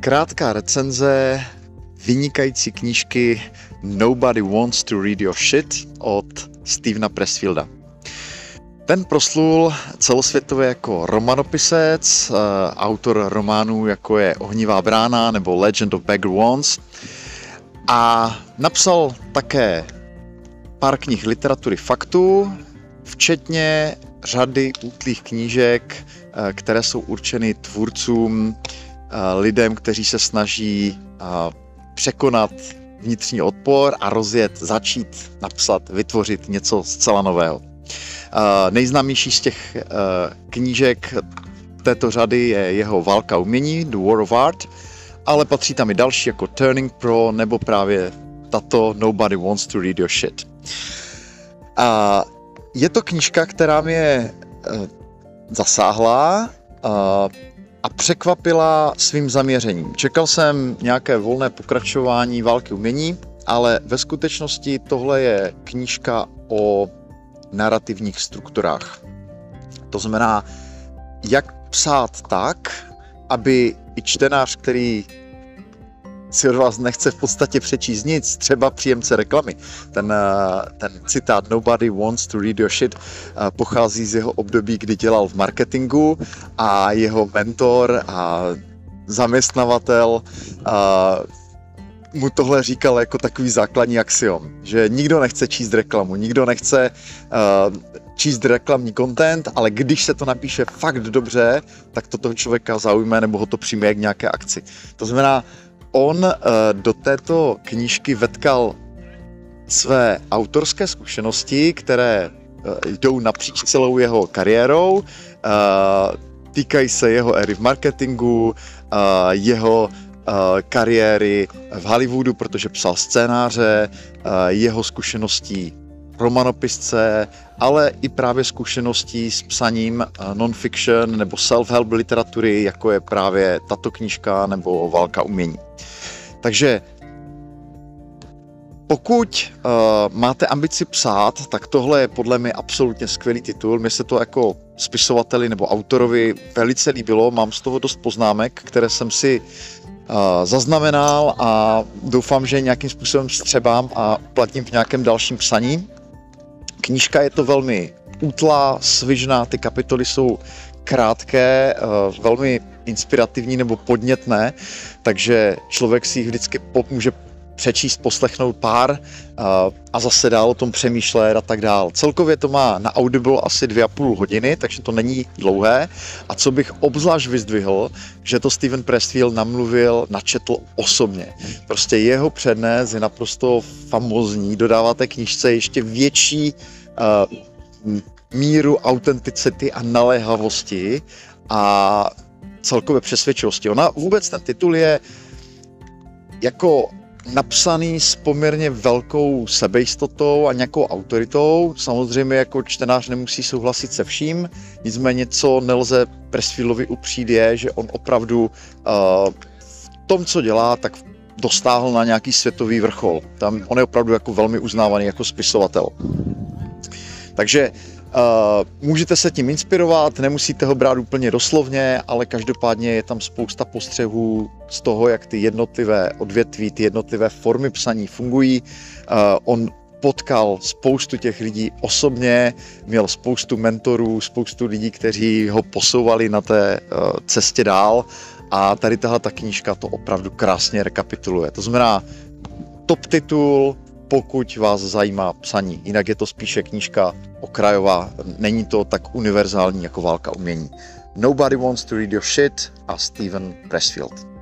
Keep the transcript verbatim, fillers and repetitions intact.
krátká recenze vynikající knížky Nobody Wants to Read Your Shit od Stevena Pressfielda. Ten proslul celosvětově jako romanopisec, autor románů jako je Ohnivá brána nebo Legend of Bagger Wands a napsal také pár knih literatury faktu, včetně řady útlých knížek, které jsou určeny tvůrcům, lidem, kteří se snaží překonat vnitřní odpor a rozjet, začít, napsat, vytvořit něco zcela nového. Nejznámější z těch knížek této řady je jeho Válka umění, The War of Art, ale patří tam i další jako Turning Pro nebo právě tato Nobody Wants to Read Your Shit. A je to knížka, která mě zasáhla a překvapila svým zaměřením. Čekal jsem nějaké volné pokračování Války umění, ale ve skutečnosti tohle je knížka o narrativních strukturách. To znamená, jak psát tak, aby i čtenář, který si od vás nechce v podstatě přečíst nic, třeba příjemce reklamy. Ten, ten citát Nobody wants to read your shit pochází z jeho období, kdy dělal v marketingu a jeho mentor a zaměstnavatel a mu tohle říkal jako takový základní axiom, že nikdo nechce číst reklamu, nikdo nechce uh, číst reklamní content, ale když se to napíše fakt dobře, tak to toho člověka zaujme nebo ho to přijme k nějaké akci. To znamená, on uh, do této knížky vetkal své autorské zkušenosti, které uh, jdou napříč celou jeho kariérou, uh, týkají se jeho éry v marketingu, uh, jeho kariéry v Hollywoodu, protože psal scénáře, jeho zkušeností romanopisce, ale i právě zkušeností s psaním non-fiction nebo self-help literatury, jako je právě tato knížka nebo Válka umění. Takže pokud uh, máte ambici psát, tak tohle je podle mě absolutně skvělý titul. Mně se to jako spisovateli nebo autorovi velice líbilo, mám z toho dost poznámek, které jsem si uh, zaznamenal a doufám, že nějakým způsobem střebám a uplatním v nějakém dalším psaní. Knížka je to velmi útlá, svižná, ty kapitoly jsou krátké, uh, velmi inspirativní nebo podnětné, takže člověk si jich vždycky může přečíst, poslechnout pár uh, a zase dál o tom přemýšlet a tak dál. Celkově to má na Audible asi dvě a půl hodiny, takže to není dlouhé. A co bych obzvlášť vyzdvihl, že to Steven Pressfield namluvil, načetl osobně. Prostě jeho přednes je naprosto famózní, dodává té knížce ještě větší uh, míru autenticity a naléhavosti a celkově přesvědčivosti. Ona vůbec ten titul je jako napsaný s poměrně velkou sebejistotou a nějakou autoritou. Samozřejmě jako čtenář nemusí souhlasit se vším, nicméně co nelze Pressfieldovi upřít je, že on opravdu uh, v tom, co dělá, tak dostáhl na nějaký světový vrchol. Tam on je opravdu jako velmi uznávaný jako spisovatel. Takže Uh, můžete se tím inspirovat, nemusíte ho brát úplně doslovně, ale každopádně je tam spousta postřehů z toho, jak ty jednotlivé odvětví, ty jednotlivé formy psaní fungují. Uh, on potkal spoustu těch lidí osobně, měl spoustu mentorů, spoustu lidí, kteří ho posouvali na té uh, cestě dál a tady tahle ta knížka to opravdu krásně rekapituluje. To znamená top titul, pokud vás zajímá psaní. Jinak je to spíše knížka okrajová, není to tak univerzální jako Válka umění. Nobody Wants to Read Your Shit a Steven Pressfield.